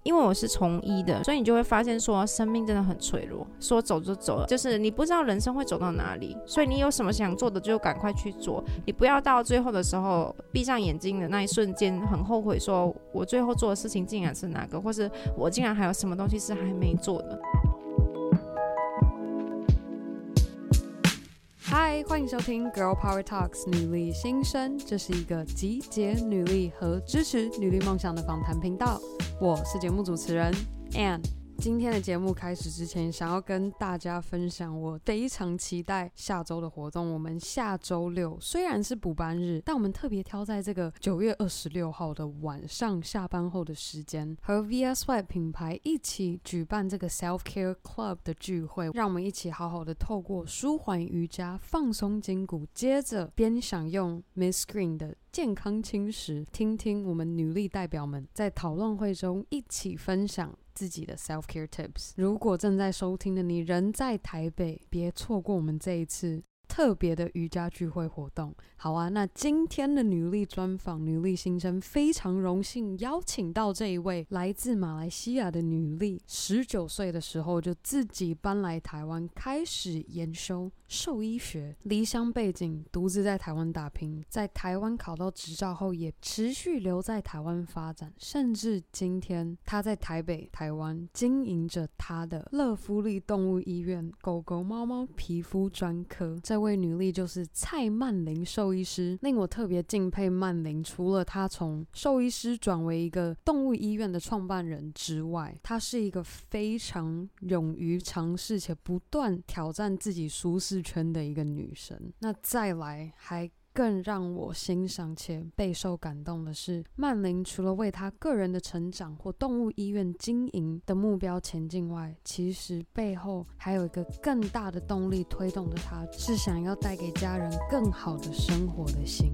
因为我是从医的，所以你就会发现说生命真的很脆弱，说走就走了，就是你不知道人生会走到哪里，所以你有什么想做的就赶快去做，你不要到最后的时候闭上眼睛的那一瞬间很后悔说我最后做的事情竟然是哪个，或是我竟然还有什么东西是还没做的。 嗨，欢迎收听 Girl Power Talks 女力新生，这是一个集结女力和支持女力梦想的访谈频道。我是节目主持人 Ann。今天的节目开始之前，想要跟大家分享我非常期待下周的活动。我们下周六虽然是补班日，但我们特别挑在这个9月26号的晚上下班后的时间，和 VS Sweat 品牌一起举办这个 Self Care Club 的聚会，让我们一起好好的透过舒缓瑜伽放松筋骨，接着边享用 Miss Green 的健康轻食，听听我们女力代表们在讨论会中一起分享自己的 self-care tips。 如果正在收听的你人在台北，别错过我们这一次特别的瑜伽聚会活动。好啊，那今天的女力专访女力新生非常荣幸邀请到这一位来自马来西亚的女力，19岁的时候就自己搬来台湾开始研修兽医学，离乡背景独自在台湾打拼，在台湾考到执照后也持续留在台湾发展，甚至今天她在台北台湾经营着她的乐福利动物医院狗狗猫猫皮肤专科。这位女力就是蔡曼玲兽医师，令我特别敬佩曼玲，除了她从兽医师转为一个动物医院的创办人之外，她是一个非常勇于尝试且不断挑战自己舒适圈的一个女生。那再来还更让我欣赏且备受感动的是，曼玲除了为她个人的成长或动物医院经营的目标前进外，其实背后还有一个更大的动力推动着她，是想要带给家人更好的生活的心。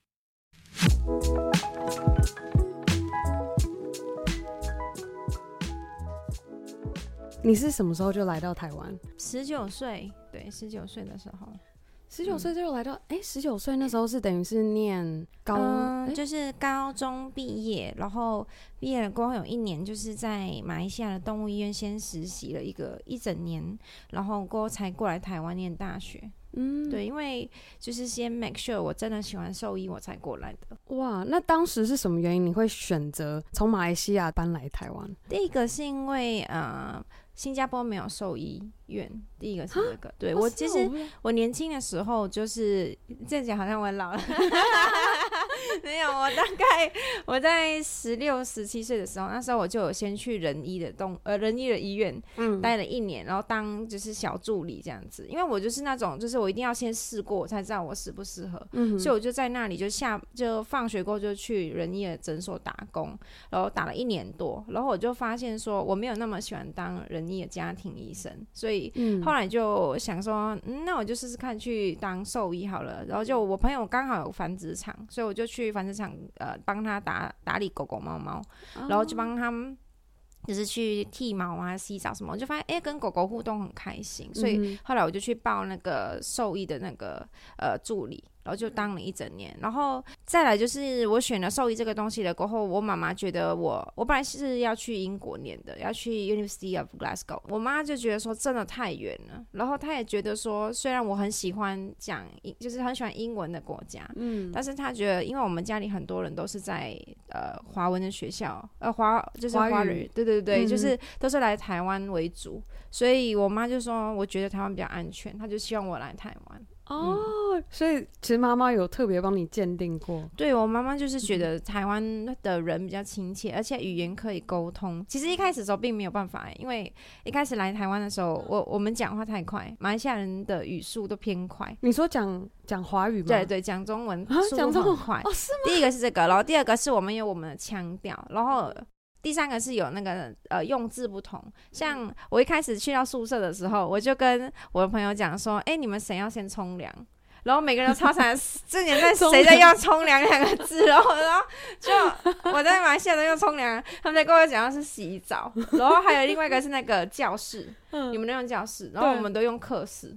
你是什么时候就来到台湾 ？19岁，对，19岁的时候。 19岁就来到，19岁那时候是等于是念就是高中毕业，然后毕业了过后有1年就是在马来西亚的动物医院先实习了一整年，然后过后才过来台湾念大学。对，因为就是先 make sure 我真的喜欢兽医，我才过来的。 哇，那当时是什么原因你会选择从马来西亚搬来台湾？ 第一个是因为新加坡没有兽医院，第一个是这个。对，我其实我年轻的时候就是这样讲好像我很老了没有，我在16、17岁的时候，那时候我就有先去仁医的医院待了1年，然后当就是小助理这样子。因为我就是那种就是我一定要先试过我才知道我适不适合，所以我就在那里就放学过后就去仁医的诊所打工，然后打了1年多，然后我就发现说我没有那么喜欢当仁医的家庭医生，所以后来就想说那我就试试看去当兽医好了。然后就我朋友刚好有繁殖场，所以我就去繁殖场帮他打理狗狗猫猫，然后就帮他们就是去剃毛啊洗澡什么，我就发现跟狗狗互动很开心，所以后来我就去报那个兽医的那个助理，然后就当了1整年。然后再来就是我选了兽医这个东西了过后，我妈妈觉得我本来是要去英国念的，要去 University of Glasgow， 我妈就觉得说真的太远了，然后她也觉得说虽然我很喜欢就是很喜欢英文的国家，但是她觉得因为我们家里很多人都是在华文的学校，就是华语，对，就是都是来台湾为主，所以我妈就说我觉得台湾比较安全，她就希望我来台湾。 所以其实妈妈有特别帮你鉴定过？ 对，我妈妈就是觉得台湾的人比较亲切，而且语言可以沟通。其实一开始的时候并没有办法，因为一开始来台湾的时候我们讲话太快，马来西亚人的语速都偏快。 你说讲华语吗？ 对，讲中文速度很快。 是吗？ 第一个是这个，然后第二个是我们有我们的腔调，然后第3个是有那个用字不同。像我一开始去到宿舍的时候，我就跟我的朋友讲说你们谁要先冲凉，然后每个人都超惨这年在谁在用冲凉2个字，然后就我在马来西亚都用冲凉，他们在跟我讲的是洗澡，然后还有另外一个是那个教室你们都用教室，然后我们都用课室。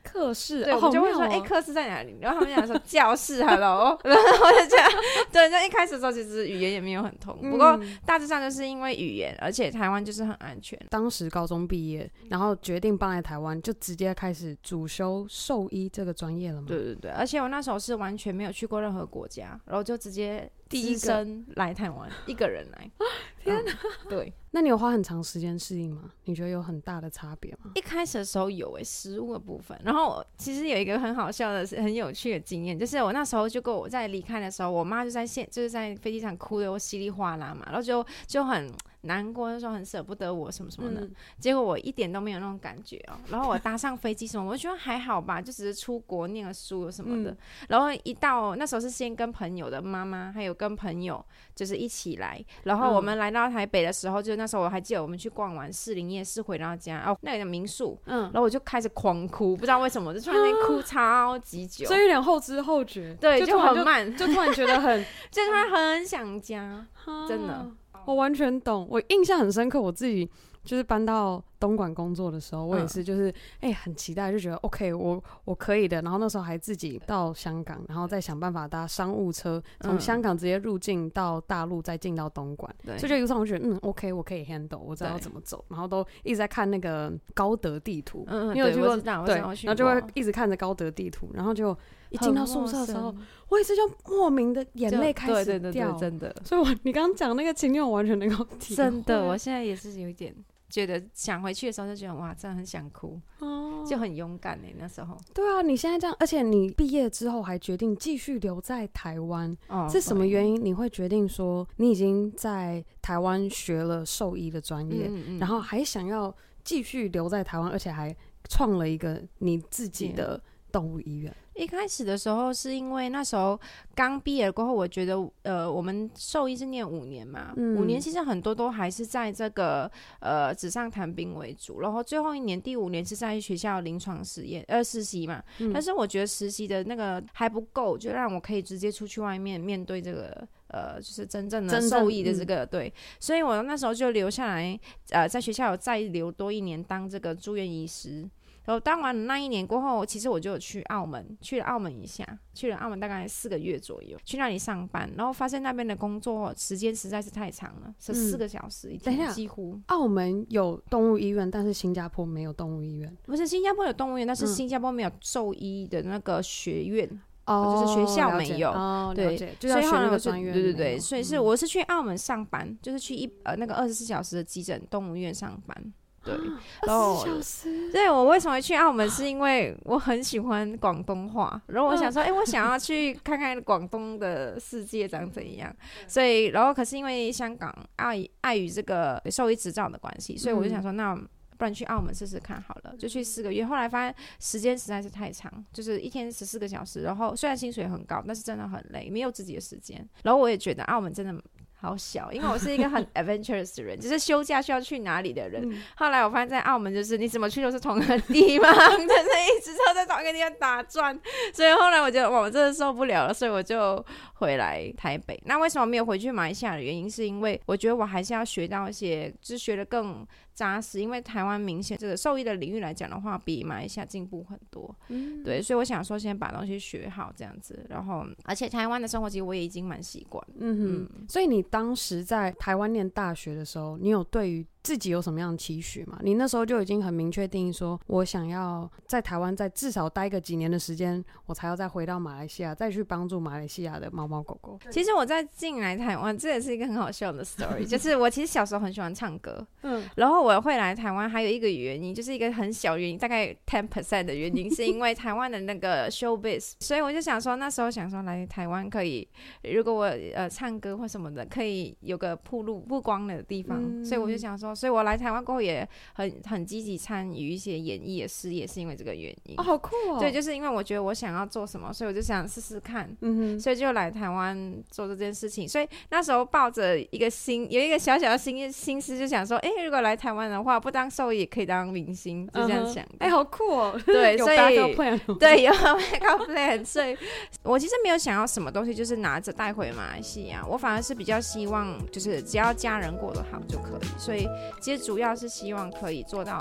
课室， 对，我们就会说课室在哪里，然后他们讲说教室，hello， 然后我就这样，对，就一开始的时候其实语言也没有很通，不过大致上就是因为语言，而且台湾就是很安全。 当时高中毕业，然后决定搬来台湾，就直接开始主修兽医这个专业了吗？ 对对对，而且我那时候是完全没有去过任何国家，然后就直接只身来台湾，一个人来。 天哪！ 对， 那你有花很长时间适应吗？你觉得有很大的差别吗？ 一开始的时候有食物的部分，然后其实有一个很好笑的、很有趣的经验，就是我那时候就跟我在离开的时候，我妈就是在飞机场哭的我稀里哗啦嘛，然后就很难过，就说很舍不得我什么什么的。结果我一点都没有那种感觉哦。然后我搭上飞机什么，我就觉得还好吧，就只是出国念个书什么的。然后一到那时候是先跟朋友的妈妈，还有跟朋友就是一起来，然后我们来到台北的时候，就那时候我还记得我们去逛完士林夜市回到家哦，那个民宿，然后我就开始狂哭，不知道为什么，就突然间哭超级久， 所以有点后知后觉， 对，就很慢， 就突然觉得很， 就突然很想家，真的。 我完全懂，我印象很深刻，我自己就是搬到东莞工作的时候，我也是就是很期待，就觉得 OK 我可以的，然后那时候还自己到香港，然后再想办法搭商务车从香港直接入境到大陆，再进到东莞，所以就一路上我觉得OK 我可以 handle， 我知道怎么走，然后都一直在看那个高德地图，你有去过？对，然后就会一直看着高德地图，然后就一进到宿舍的时候，我也是就莫名的眼泪开始掉， 对，真的。 所以你刚刚讲那个情境，我完全能够体会。 真的，我现在也是有一点觉得想回去的时候就觉得哇，真的很想哭，就很勇敢那时候。 对啊，你现在这样，而且你毕业之后还决定继续留在台湾，是什么原因？你会决定说你已经在台湾学了兽医的专业，然后还想要继续留在台湾，而且还创了一个你自己的动物医院？ 一开始的时候是因为那时候刚毕业过后，我觉得我们兽医是念5年嘛，5年其实很多都还是在这个纸上谈兵为主，然后最后1年第5年是在学校临床实习嘛，但是我觉得实习的那个还不够，就让我可以直接出去外面面对这个就是真正的兽医的这个对，所以我那时候就留下来在学校有再留多1年当这个住院医师。然后当完那1年过后，其实我就有去了澳门一下，去了澳门大概4个月左右，去那里上班，然后发现那边的工作时间实在是太长了，14个小时一天，几乎。 澳门有动物医院，但是新加坡没有动物医院。 不是，新加坡有动物医院，但是新加坡没有兽医的那个学院。就是学校没有，对， 所以后来我就对，所以我是去澳门上班，就是去那个24小时的急诊动物医院上班。对，然后对我为什么会去澳门，是因为我很喜欢广东话，然后我想说，我想要去看看广东的世界长怎样，所以然后可是因为香港碍于这个兽医执照的关系，所以我就想说，那不然去澳门试试看好了，就去4个月。后来发现时间实在是太长，就是一天14个小时，然后虽然薪水很高，但是真的很累，没有自己的时间。然后我也觉得澳门真的好小，因为我是一个很 adventurous 的人，就是休假需要去哪里的人。后来我发现在澳门就是你怎么去都是同一个地方，就是一直都在同一个地方打转，所以后来我觉得我真的受不了了，所以我就回来台北。那为什么没有回去马来西亚的原因，是因为我觉得我还是要学到一些，就是学得更扎实，因为台湾明显这个兽医的领域来讲的话，比马来西亚进步很多。对，所以我想说先把东西学好这样子，然后而且台湾的生活其实我也已经蛮习惯。 所以你当时在台湾念大学的时候，你有对于自己有什么样的期许吗？你那时候就已经很明确定义说，我想要在台湾再至少待个几年的时间，我才要再回到马来西亚，再去帮助马来西亚的猫猫狗狗。 其实我在进来台湾，这也是一个很好笑的 story， 就是我其实小时候很喜欢唱歌，然后我会来台湾还有一个原因，就是一个很小原因，大概 10% 的原因，是因为台湾的那个 showbiz， 所以我就想说，那时候想说来台湾可以，如果我唱歌或什么的，可以有个曝光的地方，所以我就想说。所以我来台湾过后也很积极参与一些演艺的事业，是因为这个原因。 好酷哦！ 对，就是因为我觉得我想要做什么，所以我就想试试看。所以就来台湾做这件事情。所以那时候抱着有一个小小的心思，就想说，如果来台湾的话，不当兽医也可以当明星，就这样想。 好酷哦！ 对，所以有 backup plan。 对，有 backup plan。所以我其实没有想要什么东西，就是拿着带回马来西亚。我反而是比较希望，就是只要家人过得好就可以。所以其实主要是希望可以做到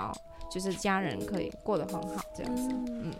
就是家人可以过得很好这样子。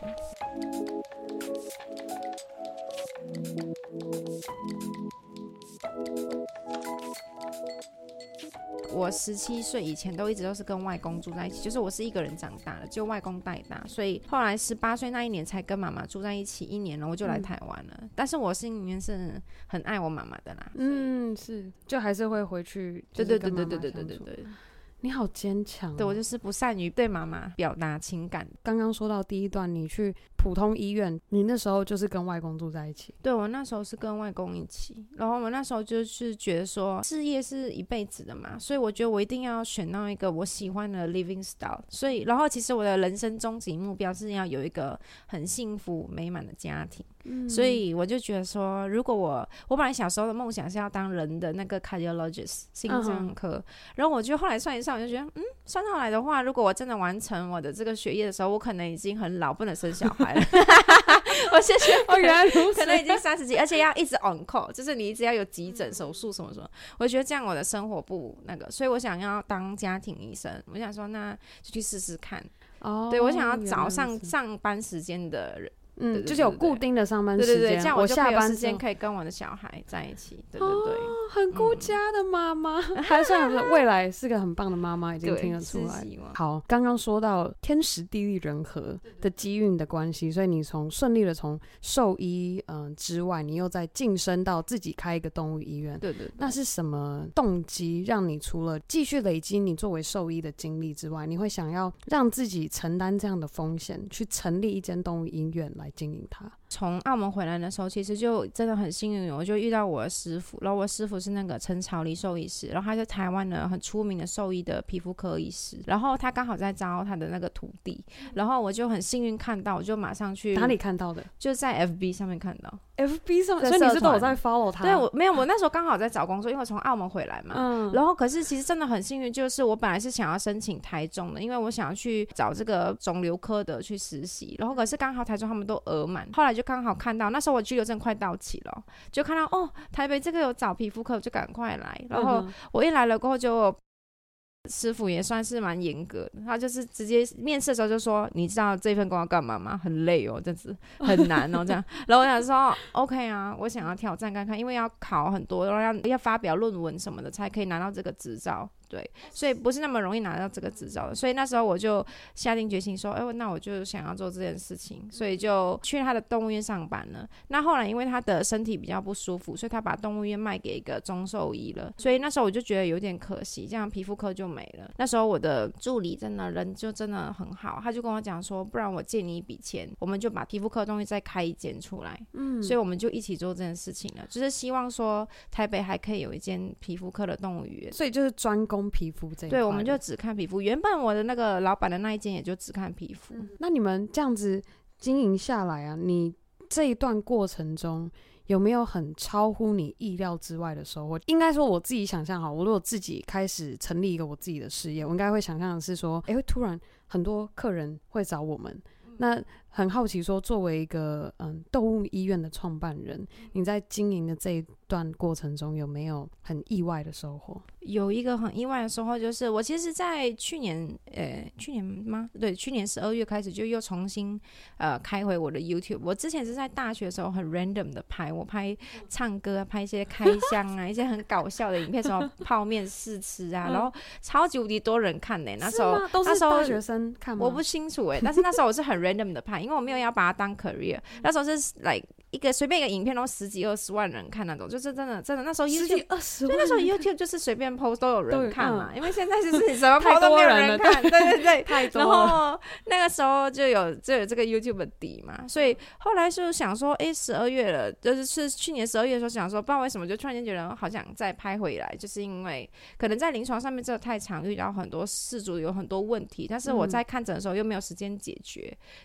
我17岁以前都一直都是跟外公住在一起，就是我是一个人长大的，就外公带大，所以后来18岁那一年才跟妈妈住在一起1年了，我就来台湾了。但是我心里面是很爱我妈妈的啦， 是，就还是会回去， 对， 你好坚强哦。 对，我就是不善于对妈妈表达情感。 刚刚说到第一段，你去普通医院，你那时候就是跟外公住在一起。 对，我那时候是跟外公一起，然后我那时候就是觉得说事业是一辈子的嘛，所以我觉得我一定要选到一个我喜欢的 living style。所以然后其实我的人生终极目标是要有一个很幸福美满的家庭。所以我就觉得说，如果我本来小时候的梦想是要当人的那个 cardiologist 心脏科，然后我就后来算一算，我就觉得算上来的话，如果我真的完成我的这个学业的时候，我可能已经很老，不能生小孩了。我现在原来如此， 可能已经30几，而且要一直 on call， 就是你一直要有急诊、手术什么什么。我觉得这样我的生活不那个，所以我想要当家庭医生。我想说，那就去试试看。对，我想要早上班时间的人。 就是有固定的上班时间， 对，这样我就下班时间可以跟我的小孩在一起。对， 很顾家的妈妈，还算未来是个很棒的妈妈，已经听得出来。好，刚刚说到天时地利人和的机运的关系，所以你顺利的从兽医之外，你又再晋升到自己开一个动物医院。 对， 那是什么动机让你除了继续累积你作为兽医的经历之外，你会想要让自己承担这样的风险，去成立一间动物医院来经营它？ 从澳门回来的时候，其实就真的很幸运，我就遇到我的师傅，然后我师傅是那个陈朝黎兽医师，然后他是台湾的很出名的兽医的皮肤科医师，然后他刚好在招他的那个徒弟，然后我就很幸运看到，我就马上去。 哪里看到的？ 就在 FB 上面看到。 FB 上，所以你是都有在 follow 他？ 对，我没有，我那时候刚好在找工作，因为我从澳门回来嘛。然后可是其实真的很幸运，就是我本来是想要申请台中的，因为我想要去找这个肿瘤科的去实习，然后可是刚好台中他们都额满，后来就刚好看到，那时候我居留证快到期了，就看到台北这个有找皮肤科，我就赶快来。然后我一来了过后就。师傅也算是蛮严格的，他就是直接面试的时候就说，你知道这份工要干嘛吗？很累哦，这样子很难哦，这样。然后我想说 OK 啊，我想要挑战看看，因为要考很多，然后要发表论文什么的才可以拿到这个执照。对，所以不是那么容易拿到这个执照的，所以那时候我就下定决心说，那我就想要做这件事情，所以就去他的动物园上班了。那后来因为他的身体比较不舒服，所以他把动物园卖给一个中兽医了，所以那时候我就觉得有点可惜，这样皮肤科就没了。那时候我的助理真的人就真的很好，他就跟我讲说，不然我借你一笔钱，我们就把皮肤科的东西再开一间出来。所以我们就一起做这件事情了，就是希望说台北还可以有一间皮肤科的动物园， 所以就是专攻皮肤这一块。 对，我们就只看皮肤。原本我的那个老板的那一间也就只看皮肤。 那你们这样子经营下来啊，你这一段过程中有没有很超乎你意料之外的收获？应该说我自己想象好，我如果自己开始成立一个我自己的事业，我应该会想象的是说，会突然很多客人会找我们。那很好奇说，作为一个动物医院的创办人，你在经营的这一段过程中有没有很意外的收获？ 有一个很意外的收获，就是我其实在去年吗？对，去年12月开始就又重新开回我的 YouTube。我之前是在大学的时候很 random 的拍，我拍唱歌，拍一些开箱啊，一些很搞笑的影片，什么泡面试吃啊，然后超级无敌多人看那时候都是大学生看吗？ 我不清楚但是那时候我是很 random 的拍，因为我没有要把它当 career。那时候是 like 一个随便一个影片都10几20万人看那种，就是真的那时候 YouTube 10几20万， 对，那时候 YouTube 就是随便 post 都有人看嘛，因为现在就是你什么 post 都没有人看，对， 太多了。 然后那个时候就有这个 YouTube 的底嘛，所以后来就想说，12月了，就是去年12月的时候想说，不知道为什么就突然间觉得好想再拍回来，就是因为可能在临床上面真的太常遇到很多事主有很多问题，但是我在看诊的时候又没有时间解决，就觉得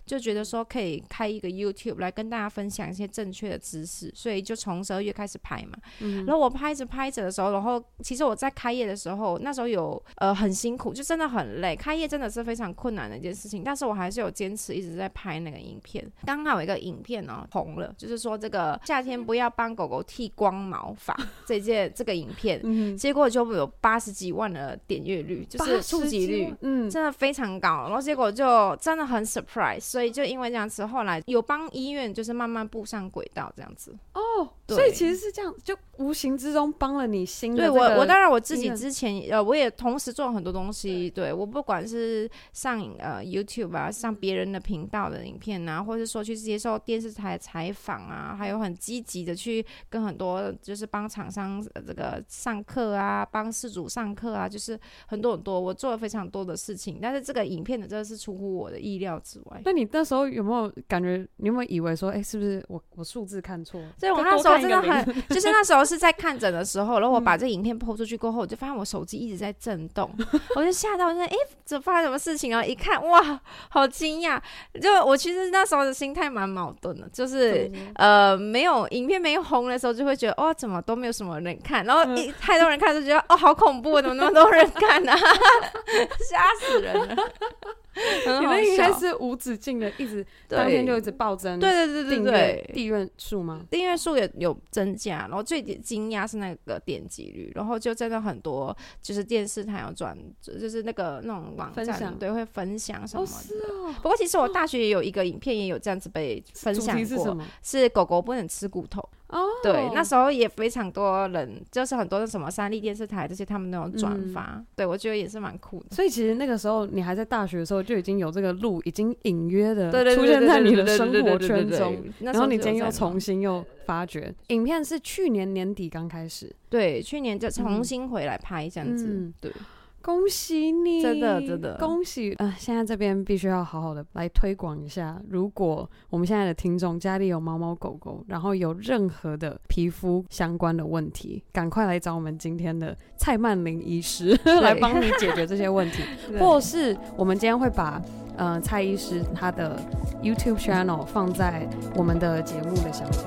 说可以开一个 YouTube 来跟大家分享一些正确的知识，所以就从12月开始拍嘛。然后我拍着的时候，然后其实我在开业的时候，那时候有很辛苦，就真的很累，开业真的是非常困难的一件事情，但是我还是有坚持一直在拍那个影片。刚好有一个影片红了，就是说这个夏天不要帮狗狗剃光毛发这个影片，结果就有80几万的点阅率，就是触及率，真的非常高。然后结果就真的很 surprise， 所以就因为这样子，后来有帮医院就是慢慢步上轨道这样子。 所以其实是这样，就无形之中帮了你新的。 对，我当然我自己之前我也同时做了很多东西。对，我不管是上YouTube 啊，上别人的频道的影片啊，或者说去接受电视台采访啊，还有很积极的去跟很多就是帮厂商这个上课啊，帮事主上课啊，就是很多我做了非常多的事情。但是这个影片的真的是出乎我的意料之外。 那你那时候有没有感觉？你有没有以为说，是不是我数字看错？ 所以我那时候真的很，就是那时候是在看诊的时候，然后我把这影片播出去过后，我就发现我手机一直在震动，我就吓到，我就怎么发生什么事情啊？一看，哇，好惊讶！就我其实那时候的心态蛮矛盾的，就是没有影片没红的时候，就会觉得怎么都没有什么人看，然后太多人看就觉得好恐怖，怎么那么多人看啊？吓死人了！ 你们应该是无止境的，一直当天就一直暴增。 对， 订阅数吗？ 订阅数也有增加，然后最惊讶是那个点击率，然后就真的很多，就是电视台有转，就是那种网站对会分享什么的。不过其实我大学也有一个影片也有这样子被分享过， 主题是什么？ 是狗狗不能吃骨头。对，那时候也非常多人，就是很多的什么三立电视台这些，他们都有转发。对，我觉得也是蛮酷的。 所以其实那个时候你还在大学的时候就已经有这个路，已经隐约的出现在你的生活圈中，然后你今天又重新又发掘。影片是去年年底刚开始， 对，去年就重新回来拍这样子。对。 恭喜你， 真的恭喜！现在这边必须要好好的来推广一下，如果我们现在的听众家里有猫猫狗狗，然后有任何的皮肤相关的问题，赶快来找我们今天的蔡曼玲医师来帮你解决这些问题，或是我们今天会把蔡医师他的 YouTube channel 放在我们的节目的详情。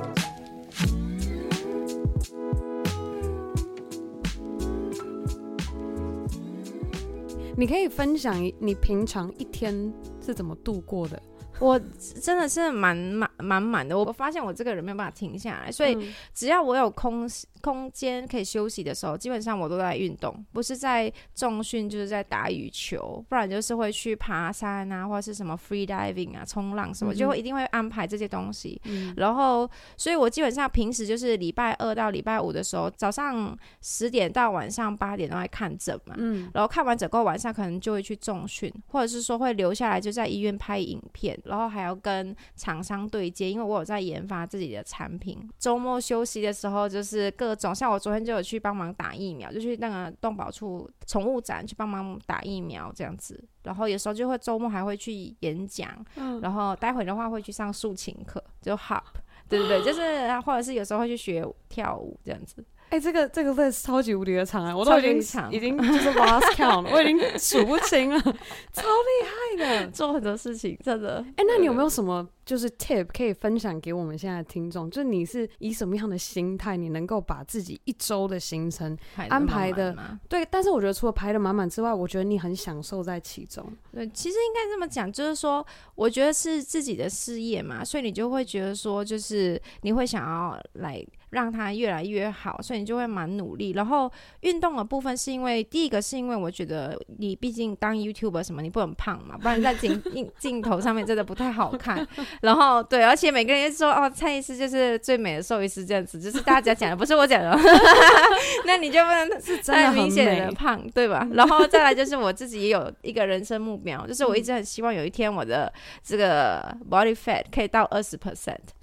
你可以分享你平常一天是怎么度过的？ 我真的是满满的，我发现我这个人没有办法停下来，所以只要我有空间可以休息的时候，基本上我都在运动，不是在重训就是在打羽球，不然就是会去爬山啊，或者是什么 free diving 啊，冲浪什么，就会一定会安排这些东西。然后所以我基本上平时就是礼拜2到礼拜5的时候，早上10点到晚上8点都在看诊嘛，然后看完整个晚上可能就会去重训，或者是说会留下来就在医院拍影片，然后还要跟厂商对接，因为我有在研发自己的产品。周末休息的时候就是各种，像我昨天就有去帮忙打疫苗，就去那个动保处宠物展去帮忙打疫苗这样子，然后有时候就会周末还会去演讲，然后待会的话会去上竖琴课，就 hop， 对，就是或者是有时候会去学跳舞这样子。 这个 list 超级无敌的长我都已经就是 lost count， 我已经数不清了，超厉害的， 做很多事情，真的。 那你有没有什么就是 tip 可以分享给我们现在的听众？就是你是以什么样的心态，你能够把自己1周的行程安排的对？但是我觉得除了排得满满之外，我觉得你很享受在其中。 对，其实应该这么讲，就是说，我觉得是自己的事业嘛，所以你就会觉得说，就是你会想要来让它越来越好，所以你就会蛮努力。然后运动的部分是因为第一个是因为我觉得你毕竟当 YouTuber 什么，你不能胖嘛，不然在镜头上面真的不太好看。然后对，而且每个人就说蔡医师就是最美的兽医师这样子，就是大家讲的，不是我讲的。那你就不能是太明显的胖，对吧？然后再来就是我自己也有一个人生目标，就是我一直很希望有一天我的这个 body fat 可以到20%。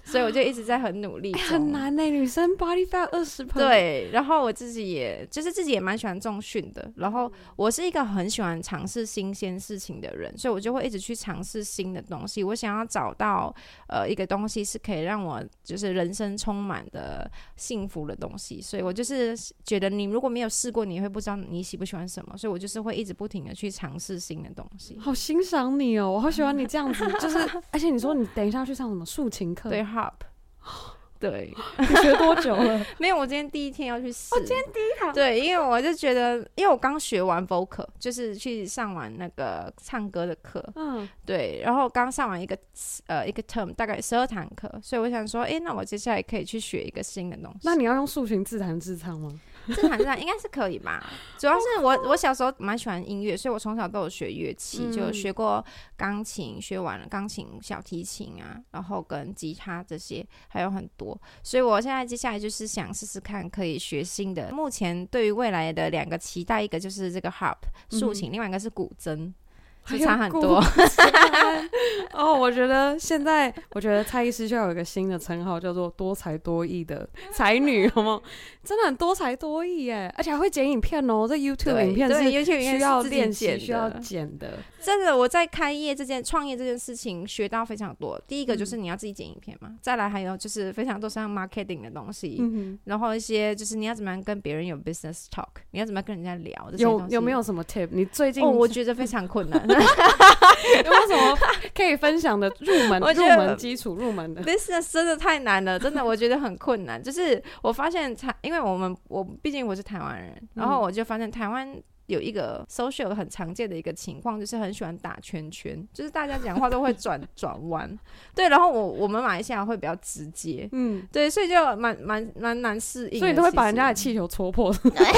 所以我就一直在很努力中。 很难欸，女生 body fat 20%。 对，然后我自己也蛮喜欢重训的，然后我是一个很喜欢尝试新鲜事情的人，所以我就会一直去尝试新的东西。我想要找到一个东西是可以让我就是人生充满的幸福的东西，所以我就是觉得你如果没有试过，你会不知道你喜不喜欢什么，所以我就是会一直不停的去尝试新的东西。 好欣赏你哦，我好喜欢你这样子，就是而且你说你等一下要去上什么竖琴课？ 对 ，Hop。对， 你学多久了？ 没有，我今天第一天要去试。 今天第一堂。 对，因为我就觉得，因为我刚学完 vocal， 就是去上完那个唱歌的课，对，然后刚上完一个 term， 大概12堂课，所以我想说，那我接下来可以去学一个新的东西。 那你要用竖琴自弹自唱吗？ 自弹自唱应该是可以吧，主要是我小时候蛮喜欢音乐，所以我从小都有学乐器，就学过钢琴，学完了钢琴、小提琴啊，然后跟吉他这些还有很多，所以我现在接下来就是想试试看可以学新的。目前对于未来的2个期待，一个就是这个 harp 竖琴，另外一个是古筝。就差很多哦，我觉得现在，蔡医师就要有一个新的称号，叫做多才多艺的才女，好吗？真的很多才多艺耶，而且还会剪影片哦。这 YouTube 影片是需要练习、需要剪的。 真的，我在创业这件事情学到非常多。第一个就是你要自己剪影片嘛，再来还有就是非常多像 marketing 的东西，然后一些就是你要怎么样跟别人有 business talk， 你要怎么样跟人家聊这些东西。 有没有什么 tip？ 你最近我觉得非常困难。 有没有什么可以分享的入门基础入门的 business 真的太难了，真的我觉得很困难。就是我发现因为我毕竟我是台湾人，然后我就发现台湾有一个 social 很常见的一个情况，就是很喜欢打圈圈，就是大家讲话都会转弯。对，然后我们马来西亚会比较直接，对，所以就蛮难适应的。 所以你都会把人家的气球戳破。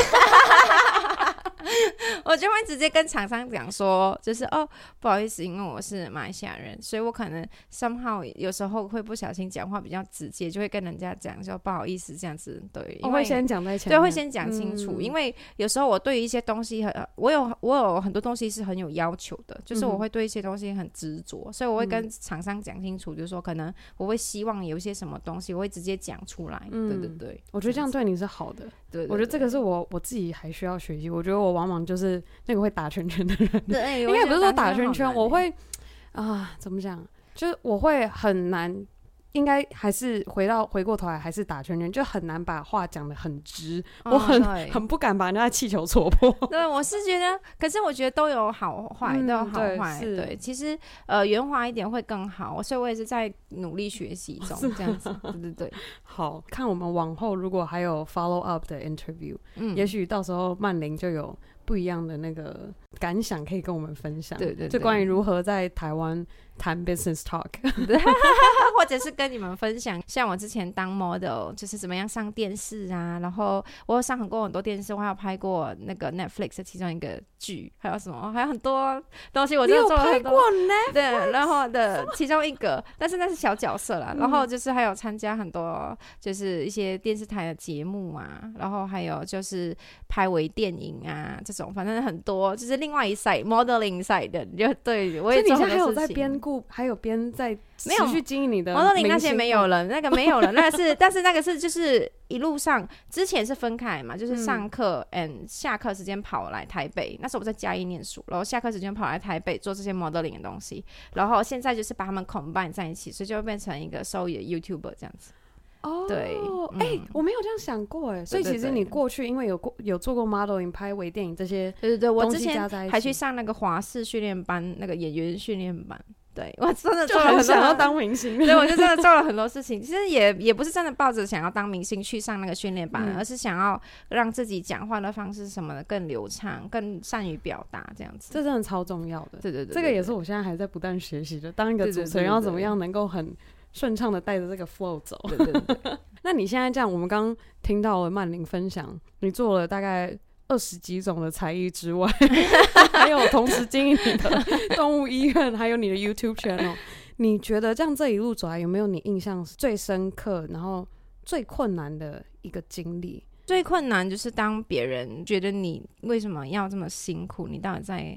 我就会直接跟厂商讲说，就是不好意思，因为我是马来西亚人，所以我可能 somehow 有时候会不小心讲话比较直接，就会跟人家讲说不好意思这样子。对，因为会先讲在前面， 对，会先讲清楚，因为有时候我对于一些东西我有很多东西是很有要求的，就是我会对一些东西很执着，所以我会跟厂商讲清楚，就是说可能我会希望有一些什么东西，我会直接讲出来。对对对， 我觉得这样对你是好的。对，我觉得这个是我自己还需要学习。我觉得我往往就是那个会打圈圈的人。 对， 应该不是说打圈圈，我会怎么讲？就是我会很难，应该还是回过头来还是打圈圈，就很难把话讲得很直。我很不敢把人家的气球戳破。 对，我是觉得，可是我觉得都有好坏，都有好坏。对，其实圆滑一点会更好，所以我也是在努力学习中，这样子。对对对。 好，看我们往后如果还有 follow up 的 interview，也许到时候曼玲就有不一样的那个感想可以跟我们分享。对对对，就关于如何在台湾谈 business talk， 或者是跟你们分享，像我之前当 model 就是怎么样上电视啊，然后我有上过很多电视，我还有拍过那个 Netflix 的其中一个剧，还有什么，还有很多东西我真的做了很多。 你有拍过 Netflix？ 对，然后的其中一个，但是那是小角色啦，然后就是还有参加很多就是一些电视台的节目啊，然后还有就是拍微电影啊这种，反正很多，就是另外一 side modeling side 的，就对我也做很多事情。所以你现在还有在编还有边在持续经营你的 modeling那些没有了，那个没有了，那个是，但是那个是就是一路上之前是分开嘛，就是上课下课时间跑来台北，那时候我在嘉义念书，然后下课时间跑来台北做这些 modeling 的东西，然后现在就是把他们 combine 在一起，所以就会变成一个收益的 YouTuber 这样子。对， 我没有这样想过所以其实你过去因为有做过 modeling 拍微电影这些， 对对对，我之前还去上那个华视训练班，那个演员训练班。对，我真的做了很多， 想要当明星。 对，我就真的做了很多事情。其实也不是真的抱着想要当明星去上那个训练班，而是想要让自己讲话的方式什么的更流畅，更善于表达这样子。 这真的超重要的。 对对 对， 这个也是我现在还在不断学习的。当一个主持人要怎么样能够很顺畅的带着这个 flow 走。 对对对。 那你现在这样，我们刚听到了曼玲分享，你做了大概20几种的才艺之外，还有同时经营你的动物医院，还有你的 YouTube channel。你觉得这样这一路走来，有没有你印象最深刻，然后最困难的一个经历？最困难就是当别人觉得你为什么要这么辛苦，你到底在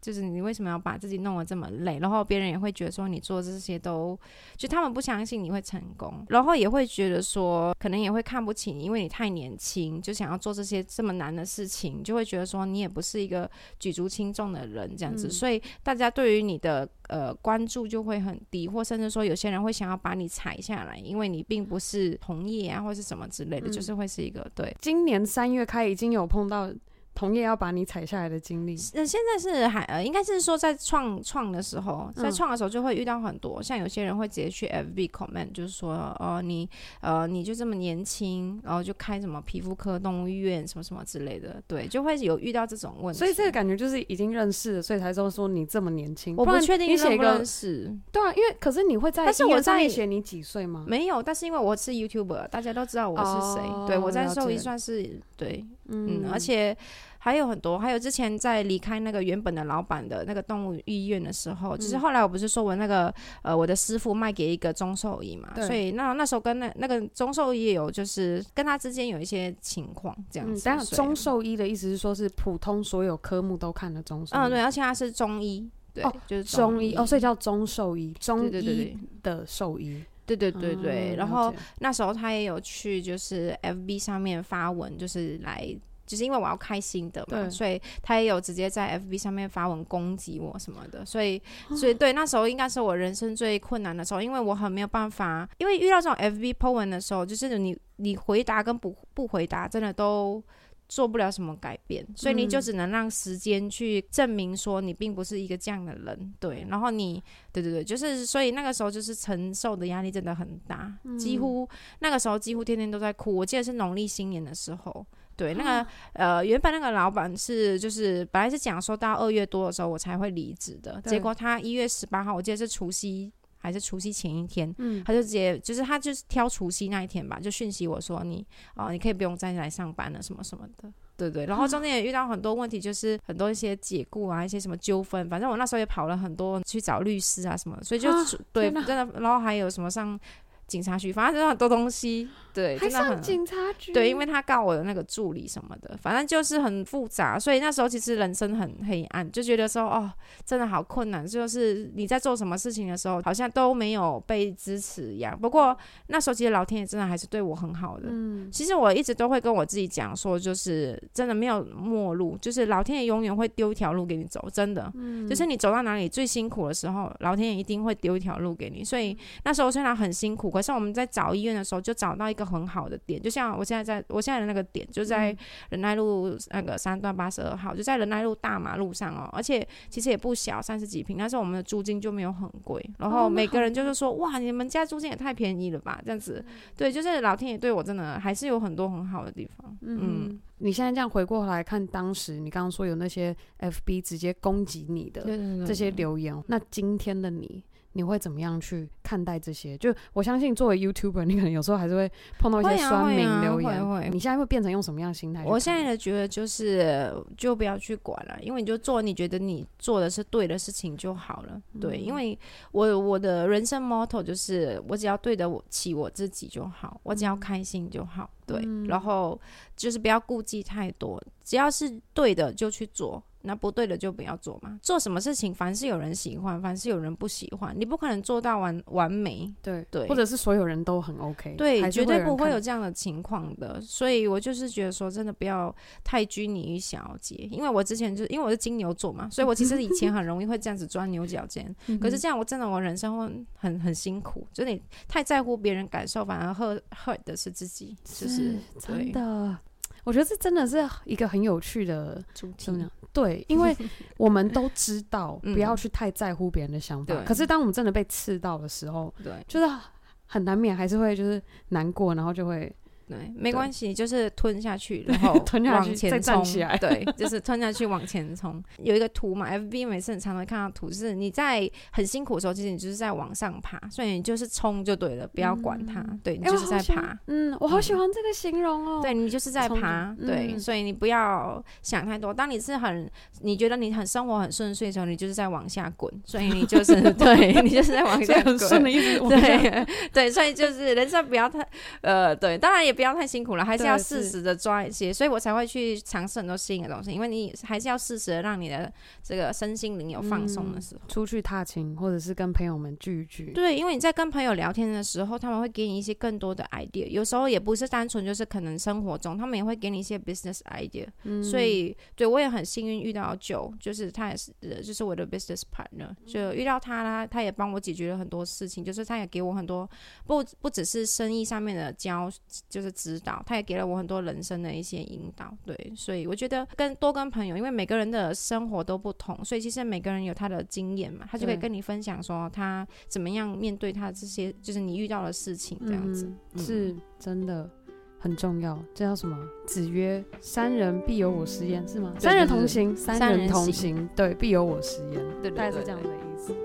就是你为什么要把自己弄得这么累，然后别人也会觉得说你做这些都就他们不相信你会成功，然后也会觉得说可能也会看不起你，因为你太年轻就想要做这些这么难的事情，就会觉得说你也不是一个举足轻重的人这样子，所以大家对于你的关注就会很低，或甚至说有些人会想要把你踩下来，因为你并不是同业啊或是什么之类的，就是会是一个对。 今年3月开已经有碰到同业要把你踩下来的经历？现在是应该是说在创的时候，在创的时候就会遇到很多，像有些人会直接去 FB comment， 就是说你就这么年轻，然后就开什么皮肤科、动物医院什么什么之类的，对，就会有遇到这种问题。 所以这个感觉就是已经认识了，所以才说你这么年轻。 我不确定认不认识。 对啊，因为可是你会在医院上面写你几岁吗？ 没有，但是因为我是 YouTuber， 大家都知道我是谁。对，我在兽医算是对，而且还有很多，还有之前在离开那个原本的老板的那个动物医院的时候，就是后来我不是说我那个我的师傅卖给一个中兽医嘛，所以那时候跟那个中兽医也有就是跟他之间有一些情况这样子。 但中兽医的意思是说是普通所有科目都看的中兽医？ 对，而且他是中医，对，就是中医所以叫中兽医，中医的兽医。 对，然后那时候他也有去就是 FB 上面发文，就是因为我要开新的嘛，所以他也有直接在 FB 上面发文攻击我什么的，所以对，那时候应该是我人生最困难的时候，因为我很没有办法，因为遇到这种 FB po 文的时候，就是你回答跟不回答真的都做不了什么改变，所以你就只能让时间去证明说你并不是一个这样的人，对，然后对，就是所以那个时候就是承受的压力真的很大，几乎那个时候几乎天天都在哭，我记得是农历新年的时候。对，那个原本那个老板是就是本来是讲说到2月多的时候我才会离职的，结果他1月18号，我记得是除夕还是除夕前一天，他就直接就是他就是挑除夕那一天吧，就讯息我说你可以不用再来上班了什么什么的，对，然后中间也遇到很多问题，就是很多一些解雇啊，一些什么纠纷，反正我那时候也跑了很多去找律师啊什么的，所以就对真的，然后还有什么上警察局，反正就是很多东西，对， 还上警察局， 对，因为他告我的那个助理什么的，反正就是很复杂，所以那时候其实人生很黑暗，就觉得说真的好困难，就是你在做什么事情的时候，好像都没有被支持一样。不过那时候其实老天爷真的还是对我很好的，其实我一直都会跟我自己讲说，就是真的没有末路，就是老天爷永远会丢一条路给你走，真的，就是你走到哪里最辛苦的时候，老天爷一定会丢一条路给你。所以那时候虽然很辛苦，可是我们在找医院的时候就找到一个很好的点，就像我现在的那个点就在仁爱路那个3段82号，就在仁爱路大马路上而且其实也不小，30几坪，但是我们的租金就没有很贵，然后每个人就是说哇你们家租金也太便宜了吧这样子，对，就是老天爷对我真的还是有很多很好的地方。 你现在这样回过来看当时你刚刚说有那些 FB 直接攻击你的这些留言，那今天的你会怎么样去看待这些？就我相信作为 YouTuber 你可能有时候还是会碰到一些酸民留言，会你现在会变成用什么样的心态？ 我现在的觉得就不要去管了，因为你就做你觉得你做的是对的事情就好了，对，因为我的人生 motto 就是我只要对得起我自己就好，我只要开心就好，对，然后就是不要顾忌太多，只要是对的就去做，那不对的就不要做嘛。做什么事情凡是有人喜欢凡是有人不喜欢，你不可能做到完美，对， 或者是所有人都很 OK， 对，绝对不会有这样的情况的。所以我就是觉得说真的不要太拘泥于小节，因为我之前因为我是金牛座嘛，所以我其实以前很容易会这样子钻牛角尖可是这样我人生会很辛苦，就是你太在乎别人感受反而 hurt 的是自己，就是真的。我觉得这真的是一个很有趣的主题， 对，因为我们都知道不要去太在乎别人的想法，可是当我们真的被刺到的时候，对，就是很难免还是会就是难过，然后就会对，没关系，就是吞下去，然后吞下去往前冲， 再站起来， 对，就是吞下去往前冲。有一个图嘛 ，FB 每次很常会看到图，就是你在很辛苦的时候，其实你就是在往上爬，所以你就是冲就对了，不要管它，对，你就是在爬。 我好喜欢这个形容哦。 对，你就是在爬，对，所以你不要想太多。当你你觉得你生活很顺遂的时候，你就是在往下滚，所以你就是对，你就是在往下滚， 很顺的意思。 对，所以就是人生不要太对，当然也不要太辛苦了，还是要适时的抓一些，所以我才会去尝试很多新的东西，因为你还是要适时的让你的这个身心灵有放松的时候， 出去踏青或者是跟朋友们聚一聚。 对，因为你在跟朋友聊天的时候，他们会给你一些更多的 idea， 有时候也不是单纯就是可能生活中，他们也会给你一些 business idea，所以对我也很幸运遇到Joe，就是他也是就是我的 business partner， 就遇到他啦，他也帮我解决了很多事情，就是他也给我很多不只是生意上面的就是指导，他也给了我很多人生的一些引导。对，所以我觉得多跟朋友，因为每个人的生活都不同，所以其实每个人有他的经验嘛，他就可以跟你分享说他怎么样面对他这些就是你遇到的事情这样子。 是真的很重要。这叫什么？子曰：“三人必有我师焉。”是吗？三人同行，三人同行，对，必有我师焉。对，大概是这样的意思。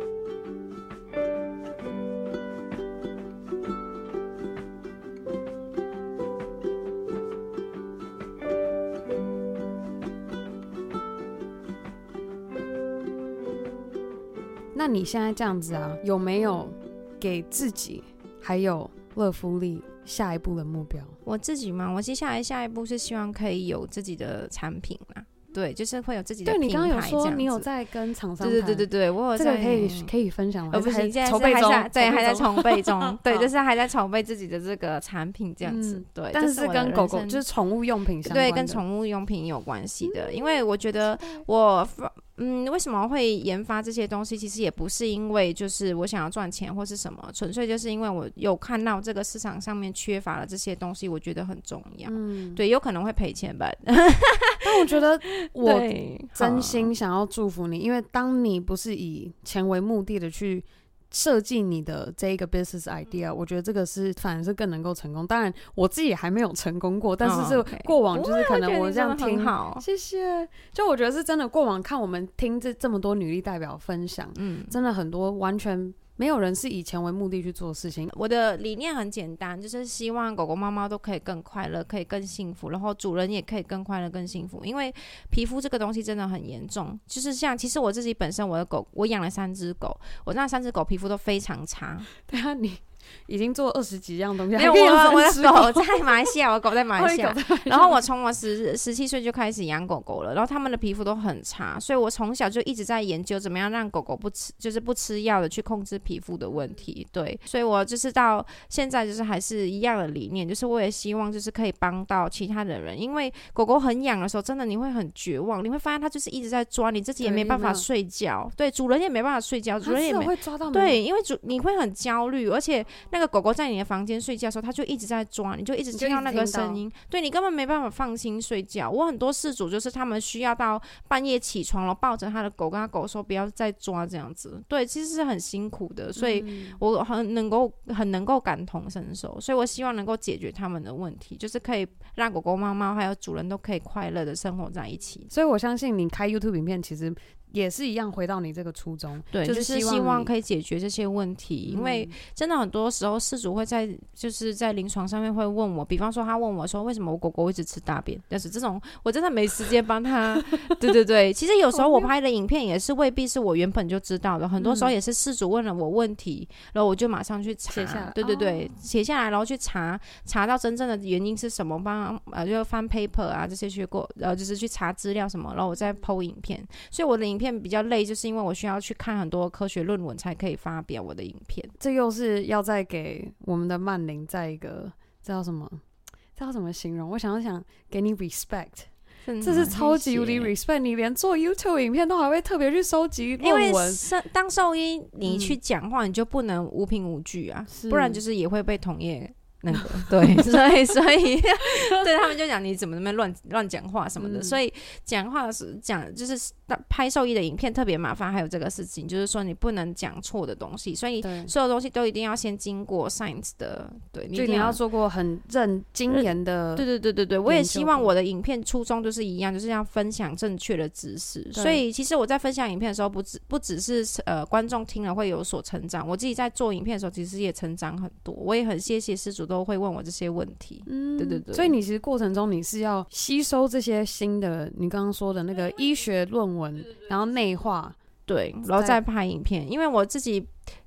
那你现在这样子啊，有没有给自己还有乐芙莉下一步的目标？ 我自己嘛，我接下来下一步是希望可以有自己的产品啦。对，就是会有自己的品牌。对， 你刚刚有说你有在跟厂商谈。 对，我有在。 这个可以分享吗？ 不行，现在筹备中。 对，还在筹备中。对，就是还在筹备自己的这个产品这样子。对， 但是跟狗狗就是宠物用品相关的。 对，跟宠物用品有关系的。因为我觉得为什么会研发这些东西？其实也不是因为就是我想要赚钱或是什么，纯粹就是因为我有看到这个市场上面缺乏了这些东西，我觉得很重要。对，有可能会赔钱吧。 但我觉得我真心想要祝福你，因为当你不是以钱为目的的去设计你的这一个 business idea，我觉得这个是反而是更能够成功。当然我自己还没有成功过，但是是过往就是可能我这样听，谢谢。就我觉得是真的，过往看我们听这么多女力代表分享，真的很多完全没有人是以钱为目的去做事情。 我的理念很简单，就是希望狗狗猫猫都可以更快乐，可以更幸福，然后主人也可以更快乐更幸福。因为皮肤这个东西真的很严重，就是像其实我自己本身我的狗，我养了3只狗，我那3只狗皮肤都非常差。 对啊，你已经做20几样东西， 没有，我的狗在马来西亚，我的狗在马来西亚。然后我从我17岁就开始养狗狗了，然后他们的皮肤都很差，所以我从小就一直在研究怎么样让狗狗不吃药的去控制皮肤的问题。对，所以我就是到现在就是还是一样的理念，就是我也希望就是可以帮到其他的人，因为狗狗很痒的时候，真的你会很绝望，你会发现它就是一直在抓，你自己也没办法睡觉，对，主人也没办法睡觉，主人也会抓到， 对，因为你会很焦虑，而且那个狗狗在你的房间睡觉的时候，它就一直在抓，你就一直听到那个声音，对，你根本没办法放心睡觉。我很多事主就是他们需要到半夜起床了，抱着他的狗跟他狗说不要再抓这样子，对，其实是很辛苦的，所以我很能够感同身受，所以我希望能够解决他们的问题，就是可以让狗狗猫猫还有主人都可以快乐的生活在一起。 所以我相信你开 YouTube 影片其实也是一样回到你这个初衷， 对，就是希望可以解决这些问题。因为真的很多时候饲主会就是在临床上面会问我，比方说他问我说为什么我狗狗一直吃大便，但是这种我真的没时间帮他对，其实有时候我拍的影片也是未必是我原本就知道的，很多时候也是饲主问了我问题，然后我就马上去查，对，写下来，然后去查到真正的原因是什么，就翻 paper 啊这些学过，就是去查资料什么，然后我再 po 影片。所以我的影片比较累，就是因为我需要去看很多科学论文才可以发表我的影片。 这又是要再给我们的曼玲在一个这叫什么形容？我想给你 respect， 这是超级无敌 respect。你连做 YouTube 影片都还会特别去收集论文，因为当兽医你去讲话，你就不能无凭无据啊，不然就是也会被同业那个对，所以对他们就讲你怎么那么乱讲话什么的，所以讲话就是拍兽医的影片特别麻烦，还有这个事情就是说你不能讲错的东西，所以所有东西都一定要先经过 science 的，对， 就你要做过很精研的， 对，我也希望我的影片初衷就是一样，就是要分享正确的知识，所以其实我在分享影片的时候不只是观众听了会有所成长，我自己在做影片的时候其实也成长很多，我也很谢谢饲主都会问我这些问题，对， 所以你其实过程中你是要吸收这些新的，你刚刚说的那个医学论文，然后内化， 对，然后再拍影片，因为我自己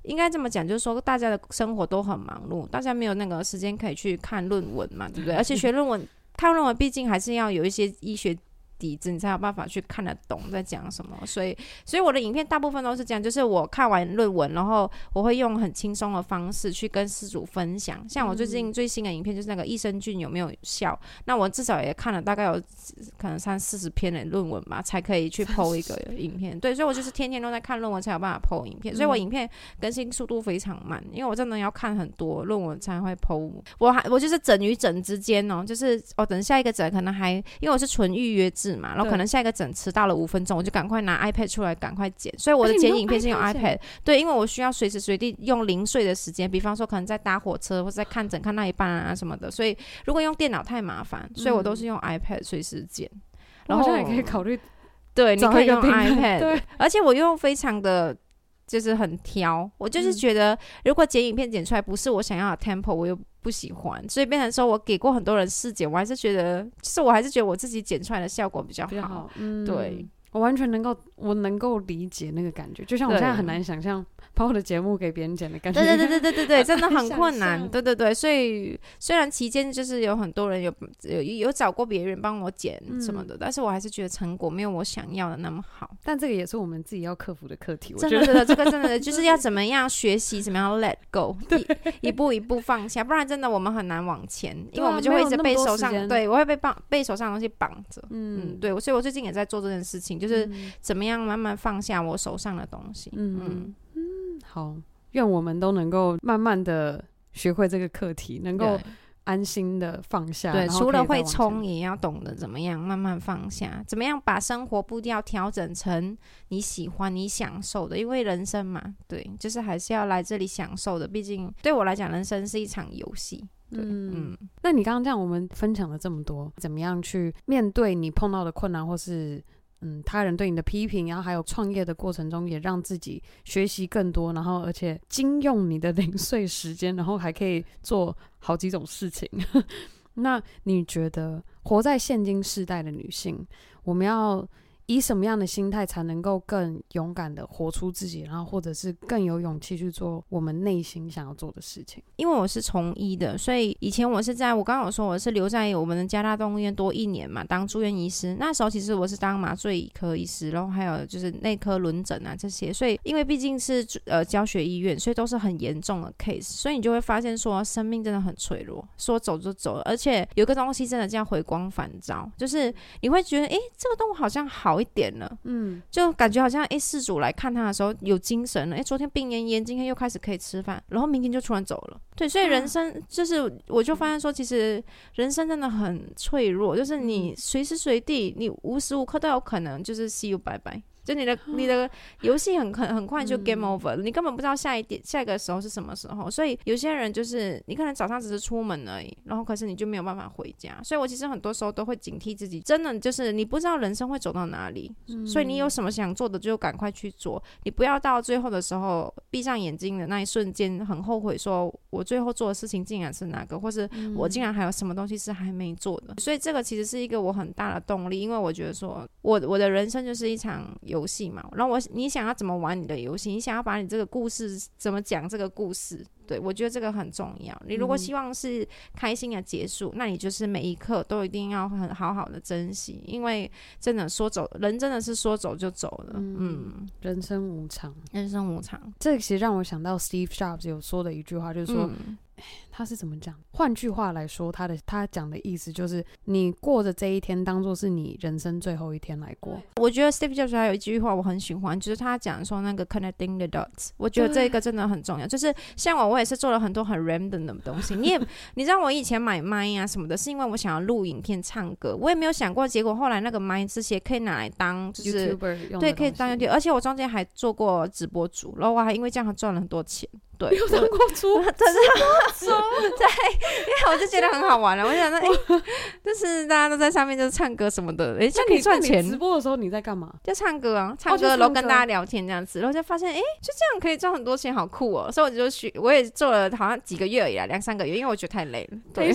应该这么讲，就是说大家的生活都很忙碌，大家没有那个时间可以去看论文嘛，对不对？而且学论文看论文毕竟还是要有一些医学底子，你才有办法去看得懂在讲什么。所以我的影片大部分都是这样，就是我看完论文，然后我会用很轻松的方式去跟饲主分享。像我最近最新的影片就是那个益生菌有没有效，那我至少也看了大概有可能30-40篇的论文吧，才可以去 po 一个影片。对，所以我就是天天都在看论文才有办法 po 影片，所以我影片更新速度非常慢，因为我真的要看很多论文才会 po。我就是诊与诊之间哦，就是等下一个诊可能还因为我是纯预约制嘛，然后可能下一个诊迟到了5分钟，我就赶快拿 iPad 出来赶快剪，所以我的剪影片是用 iPad。对，因为我需要随时随地用零碎的时间，比方说可能在搭火车或者在看诊看到一半啊什么的，所以如果用电脑太麻烦，所以我都是用 iPad 随时剪。 然后也可以考虑， 对，你可以用 iPad， 对， 而且我用非常的就是很挑，我就是觉得如果剪影片剪出来不是我想要的 tempo， 我又不喜欢，所以变成说我给过很多人试剪，我还是觉得我自己剪出来的效果比较好。对， 我完全能够理解那个感觉，就像我现在很难想象把我的节目给别人剪的感觉。 对，真的很困难。对，所以虽然期间就是有很多人有找过别人帮我剪什么的，但是我还是觉得成果没有我想要的那么好。 但这个也是我们自己要克服的课题，我觉得这个真的就是要怎么样学习，怎么样 let go， 一步一步放下，不然真的我们很难往前，因为我们就会一直被手上，对，我会被手上的东西绑着。对，所以我最近也在做这件事情，就是怎么样慢慢放下我手上的东西。 好，愿我们都能够慢慢的学会这个课题，能够安心的放下。 对，除了会冲，也要懂得怎么样慢慢放下，怎么样把生活步调调整成你喜欢、你享受的。因为人生嘛，对，就是还是要来这里享受的。毕竟对我来讲，人生是一场游戏。 那你刚刚这样，我们分享了这么多，怎么样去面对你碰到的困难，或是他人对你的批评，然后还有创业的过程中也让自己学习更多，然后而且精用你的零碎时间，然后还可以做好几种事情。那你觉得活在现今世代的女性，我们要以什么样的心态才能够更勇敢的活出自己，然后或者是更有勇气去做我们内心想要做的事情？ 因为我是从医的，所以以前我刚刚有说我是留在我们的加大动物医院多1年嘛，当住院医师。那时候其实我是当麻醉科医师，然后还有就是内科轮诊啊这些。所以因为毕竟是教学医院，所以都是很严重的 case， 所以你就会发现说生命真的很脆弱，说走就走了。而且有个东西真的叫回光返照，就是你会觉得这个动物好像好一点了，就感觉好像饲主来看他的时候有精神了，昨天病恹恹，今天又开始可以吃饭，然后明天就突然走了。对，所以人生就是我就发现说，其实人生真的很脆弱，就是你随时随地，你无时无刻都有可能就是 see you bye bye。就你的游戏很快就 game over 了，你根本不知道下一个时候是什么时候。所以有些人就是你可能早上只是出门而已，然后可是你就没有办法回家。所以我其实很多时候都会警惕自己，真的就是你不知道人生会走到哪里，所以你有什么想做的就赶快去做，你不要到最后的时候闭上眼睛的那一瞬间很后悔，说我最后做的事情竟然是哪个，或是我竟然还有什么东西是还没做的。所以这个其实是一个我很大的动力，因为我觉得说我的人生就是一场游戏嘛，然后你想要怎么玩你的游戏，你想要把你这个故事怎么讲这个故事，对，我觉得这个很重要。你如果希望是开心的结束，那你就是每一刻都一定要很好好的珍惜，因为真的人真的是说走就走了。 人生无常， 这其实让我想到 Steve Jobs 有说的一句话，就是说他是怎么讲？换句话来说，他讲的意思就是，你过着这一天当作是你人生最后一天来过。 我觉得 Steve Jobs 还有一句话我很喜欢，就是他讲说那个 connecting the dots， 我觉得这个真的很重要。就是像我也是做了很多很 random 的东西。你知道我以前买麦啊什么的，是因为我想要录影片唱歌，我也没有想过，结果后来那个麦这些可以拿来当就是 YouTuber 用的， 对，可以当 YouTuber， 而且我中间还做过直播主，然后我还因为这样赚了很多钱。对， 有当过主播主， 对，因为我就觉得很好玩了。我想说，就是大家都在上面就是唱歌什么的，这样可以赚钱。 直播的时候你在干嘛？ 就唱歌啊，唱歌，然后跟大家聊天这样子，然后就发现，就这样可以赚很多钱，好酷哦！所以我也做了好像几个月而已啦，2-3个月，因为我觉得太累了。 等一下，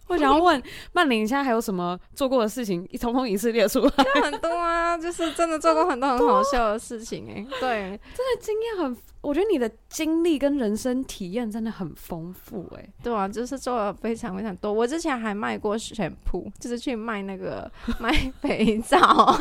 我想要问曼玲，现在还有什么做过的事情，一通通一次列出来？ 很多啊，就是真的做过很多很好笑的事情对， 真的经验很，我觉得你的经历跟人生体验真的很丰富对啊，就是做了非常非常多。我之前还卖过选铺，就是去卖那个卖肥皂。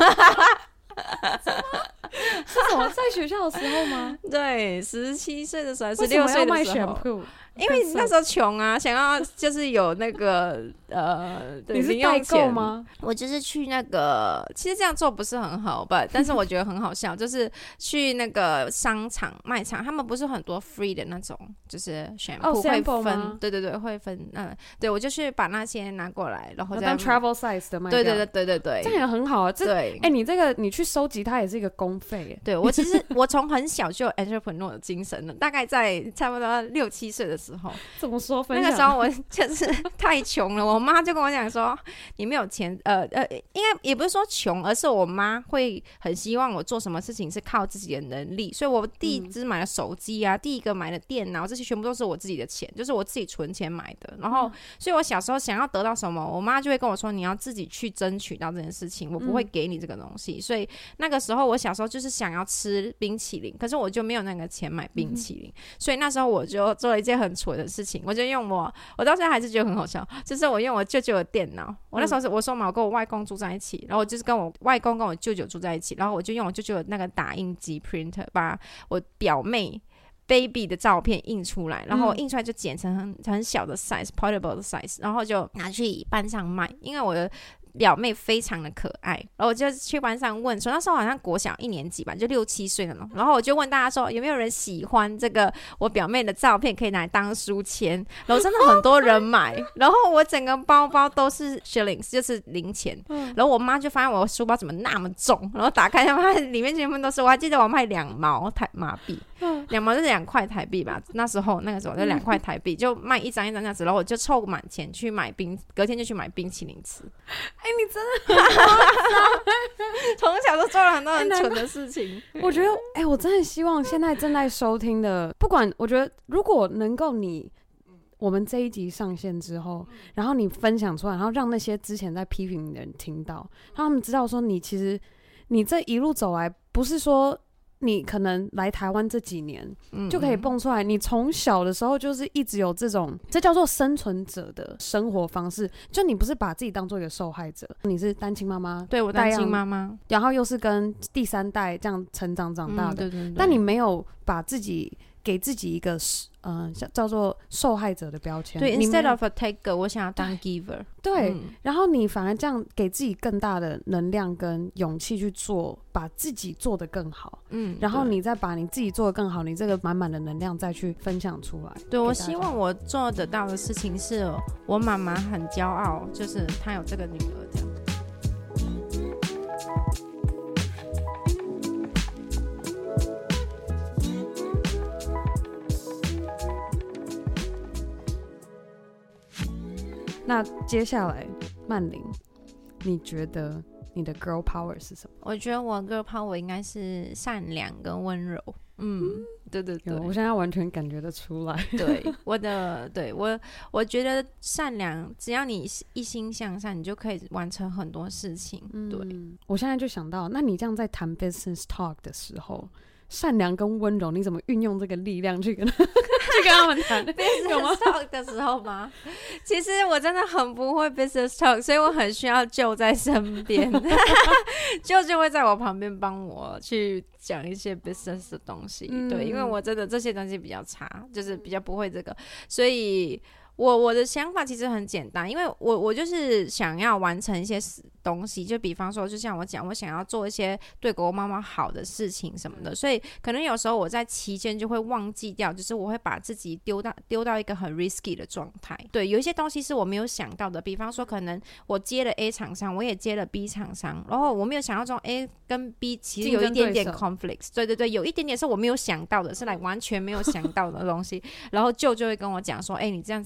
是什么？在学校的时候吗？ 对，17岁的时候，16岁的时候。 为什么要卖选铺？ 因为那时候穷啊，想要就是有那个你是代购吗？ 我就是去那个，其实这样做不是很好吧，但是我觉得很好笑，就是去那个商场卖场，他们不是很多 free 的那种，就是选铺会分，对对对，会分，对我就去把那些拿过来，然后再当 travel size 的卖掉。 对对对对对对， 这样也很好啊。 对， 你这个你去收集它也是一个公费。 对，我其实我从很小就有 entrepreneur 的精神了，大概在差不多6、7岁的时候。 怎么说？ 那个时候我就是太穷了，我妈就跟我讲说，你没有钱，应该也不是说穷，而是我妈会很希望我做什么事情是靠自己的能力，所以我第一支买了手机啊，第一个买了电脑，这些全部都是我自己的钱，就是我自己存钱买的。然后，所以我小时候想要得到什么，我妈就会跟我说，你要自己去争取到这件事情，我不会给你这个东西。所以那个时候我小时候就是想要吃冰淇淋，可是我就没有那个钱买冰淇淋，所以那时候我就做了一件很蠢的事情，我就用我到现在还是觉得很好笑，就是我用我舅舅的电脑，我那时候是我说嘛，我跟我外公住在一起，然后我就是跟我外公跟我舅舅住在一起，然后我就用我舅舅的那个打印机 printer 把我表妹baby 的照片印出来，然后印出来就剪成很小的 size portable 的 size， 然后就拿去班上卖，因为我的表妹非常的可爱，然后我就去班上问说，那时候好像国小1年级吧，就6、7岁那种，然后我就问大家说，有没有人喜欢这个我表妹的照片可以拿来当书签，然后真的很多人买，然后我整个包包都是 shillings， 就是零钱，然后我妈就发现我书包怎么那么重，然后打开它里面全部都是，我还记得我卖2毛马币，2毛就是2块台币吧，那个时候就2块台币，就卖一张一张这样子，然后我就凑满钱去买隔天就去买冰淇淋吃。 你真的很夸张， 从小都做了很多很蠢的事情。 我觉得，我真的希望现在正在收听的，不管我觉得如果能够我们这一集上线之后，然后你分享出来，然后让那些之前在批评你的人听到，让他们知道说其实你这一路走来，不是说你可能来台湾这几年就可以蹦出来，你从小的时候就是一直有这种，这叫做生存者的生活方式，就你不是把自己当做一个受害者，你是单亲妈妈， 对，我单亲妈妈， 然后又是跟第3代这样成长大的， 对对对， 但你没有把给自己一个叫做受害者的标签。 对 ，instead of a taker， 我想要当 giver。 对，然后你反而这样给自己更大的能量跟勇气去做，把自己做得更好。然后你再把你自己做得更好，你这个满满的能量再去分享出来。 对，我希望我做得到的事情是我妈妈很骄傲，就是她有这个女儿这样。 那接下来曼玲，你觉得你的 girl power 是什么？ 我觉得我 girl power 应该是善良跟温柔。对对对， 我现在完全感觉得出来。 对，我觉得善良，只要你一心向善，你就可以完成很多事情。对， 我现在就想到，那你这样在谈 business talk 的时候，善良跟温柔，你怎么运用这个力量去跟他们谈 business talk 的时候吗？其实我真的很不会 business talk， 所以我很需要舅在身边，舅就会在我旁边帮我去讲一些 business 的东西。对，因为我真的这些东西比较差，就是比较不会这个，所以我的想法其实很简单，因为我就是想要完成一些东西，就比方说，就像我讲，我想要做一些对狗狗猫猫好的事情什么的，所以可能有时候我在期间就会忘记掉，就是我会把自己丢到一个很 risky 的状态。对，有一些东西是我没有想到的，比方说可能我接了 A 厂商，我也接了 B 厂商，然后我没有想到中 A 跟 B 其实有一点点 conflicts， 对对对，有一点点是我没有想到的，是完全没有想到的东西，然后就会跟我讲说，你这样子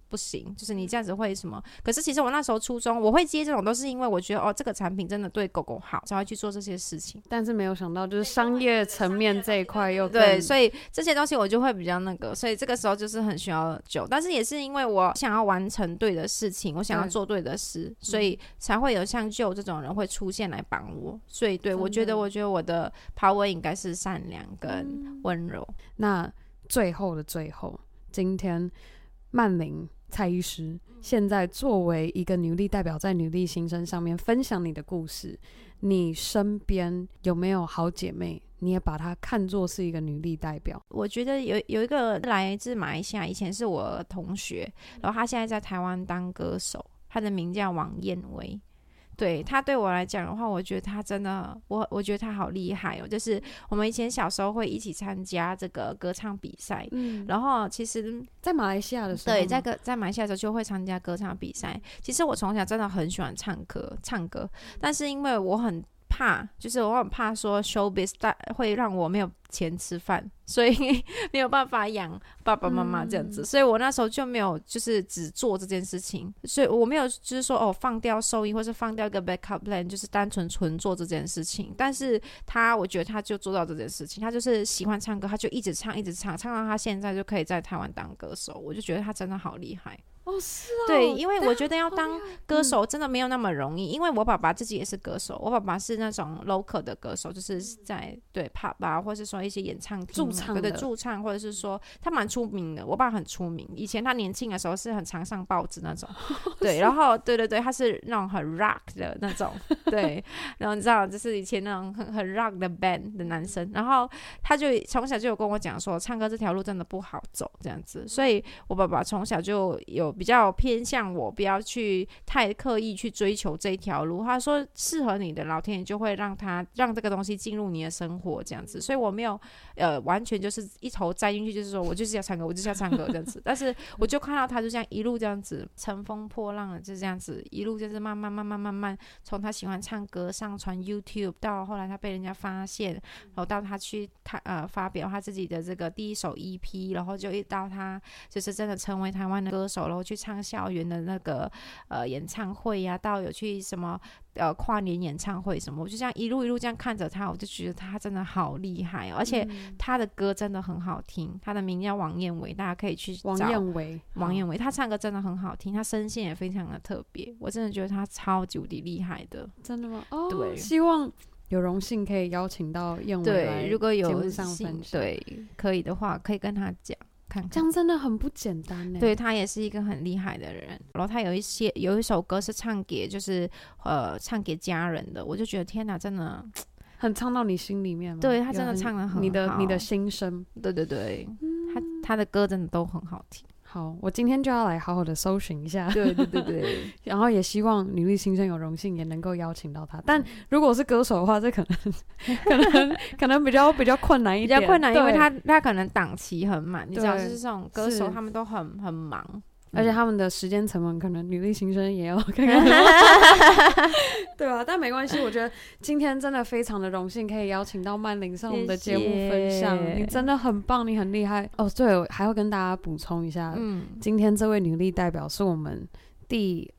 不行，就是你这样子会什么。可是其实我那时候初衷我会接这种都是因为我觉得这个产品真的对狗狗好才会去做这些事情， 但是没有想到就是商业层面这一块又对，所以这些东西我就会比较那个，所以这个时候就是很需要酒，但是也是因为我想要完成对的事情，我想要做对的事，所以才会有像Joe这种人会出现来帮我。所以对，我觉得我的 power 应该是善良跟温柔。 那最后的最后，今天曼玲蔡医师现在作为一个女力代表，在女力新生上面分享你的故事，你身边有没有好姐妹你也把她看作是一个女力代表？ 我觉得有一个来自马来西亚，以前是我同学，然后他现在在台湾当歌手，他的名叫王燕薇。对，他对我来讲的话，我觉得他真的，我觉得他好厉害哦。就是我们以前小时候会一起参加这个歌唱比赛，然后其实在马来西亚的时候， 对，在马来西亚的时候就会参加歌唱比赛。其实我从小真的很喜欢唱歌，但是因为我很怕，就是我很怕说 showbiz 会让我没有钱吃饭，所以没有办法养爸爸妈妈这样子，所以我那时候就没有就是只做这件事情，所以我没有就是说放掉收益或是放掉一个 backup plan， 就是单纯做这件事情。但是我觉得他就做到这件事情，他就是喜欢唱歌，他就一直唱唱到他现在就可以在台湾当歌手，我就觉得他真的好厉害。 是哦， 对，因为我觉得要当歌手真的没有那么容易，因为我爸爸自己也是歌手，我爸爸是那种 local 的歌手，就是在对 pub 啊，或是说一些演唱厅驻唱，或者是说他蛮出名的，我爸很出名，以前他年轻的时候是很常上报纸那种，对，然后对，他是那种很 rock 的那种，对，然后你知道就是以前那种很 rock 的 band 的男生，然后他就从小就有跟我讲说，唱歌这条路真的不好走这样子，所以我爸爸从小就有比较偏向我不要去太刻意去追求这一条路，他说适合你的老天爷就会让这个东西进入你的生活这样子，所以我没有完全就是一头栽进去，就是说我就是要唱歌这样子，但是我就看到他就这样一路这样子乘风破浪的，就这样子一路就是慢慢从他喜欢唱歌上传 YouTube 到后来他被人家发现，然后到他去发表他自己的这个第一首 EP， 然后就一到他就是真的成为台湾的歌手，然后去唱校园的那个演唱会啊，到有去什么跨年演唱会什么，我就这样一路这样看着他，我就觉得他真的好厉害，而且他的歌真的很好听，他的名叫王燕薇，大家可以去找王燕薇，他唱歌真的很好听，他声线也非常的特别，我真的觉得他超级无敌厉害的。 真的吗？ 对， 希望有荣幸可以邀请到燕薇来如果有节目上分享， 对，可以的话可以跟他讲看看， 这样真的很不简单耶。 对，他也是一个很厉害的人，然后他有一首歌是唱给就是唱给家人的，我就觉得天哪，真的很唱到你心里面吗？ 对，他真的唱得很好， 你的心声。 对，他的歌真的都很好听。 好，我今天就要来好好的搜寻一下。 对然后也希望女力新生有荣幸也能够邀请到他，但如果是歌手的话，这可能比较困难一点， 因为他可能档期很满，你知道，就是这种歌手他们都很忙。 而且他们的时间成本可能女力新生也要看看对吧？但没关系，我觉得今天真的非常的荣幸可以邀请到曼玲上我们的节目分享，你真的很棒，你很厉害哦。对，还要跟大家补充一下，今天这位女力代表是我们第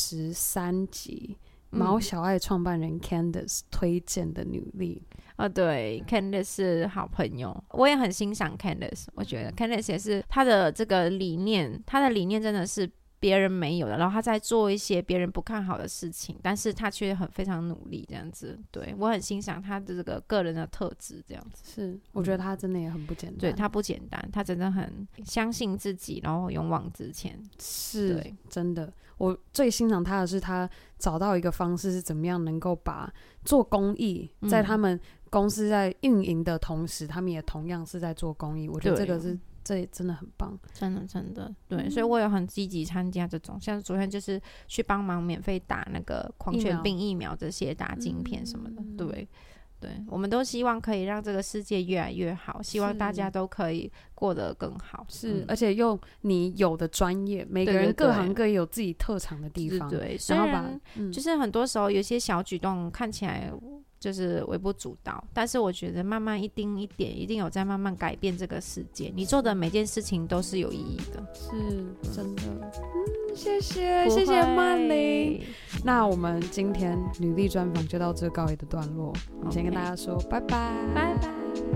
23集毛小爱创办人 Candice 推荐的女力。 对 Candice 是好朋友，我也很欣赏 Candice， 我觉得 Candice 也是他的这个理念，真的是别人没有的，然后他在做一些别人不看好的事情，但是他却非常努力这样子，对，我很欣赏他的这个个人的特质这样子。 是，我觉得他真的也很不简单， 对，他不简单，他真的很相信自己，然后勇往直前， 是，对，真的。我最欣赏他的是他找到一个方式是怎么样能够把做公益在他们公司在运营的同时，他们也同样是在做公益，我觉得这真的很棒，真的对，所以我也很积极参加这种，像昨天就是去帮忙免费打那个狂犬病疫苗，这些打晶片什么的，对，我们都希望可以让这个世界越来越好，希望大家都可以过得更好， 是，而且用你有的专业，每个人各行各业有自己特长的地方， 对，然后就是很多时候有些小举动看起来就是微不足道，但是我觉得慢慢一丁一点，一定有在慢慢改变这个世界。你做的每件事情都是有意义的， 是真的。谢谢曼玲。那我们今天女力专访就到这告一个段落，我们先跟大家说拜拜， 拜拜。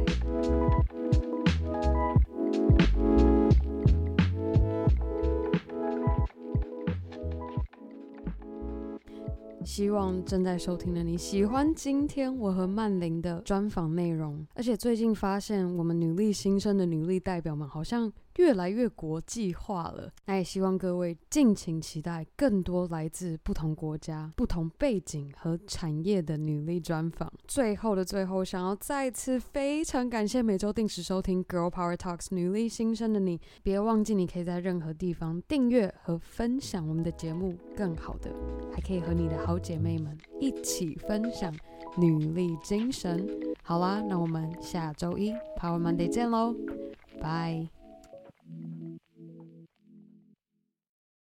希望正在收听的你喜欢今天我和曼玲的专访内容，而且最近发现我们女力新生的女力代表们好像越来越国际化了，那也希望各位敬请期待更多来自不同国家、不同背景和产业的女力专访。最后的最后，想要再次非常感谢每周定时收听 Girl Power Talks 女力新生的你，别忘记你可以在任何地方订阅和分享我们的节目，更好的还可以和你的好姐妹们一起分享女力精神。好啦，那我们下周一 Power Monday 见咯，拜。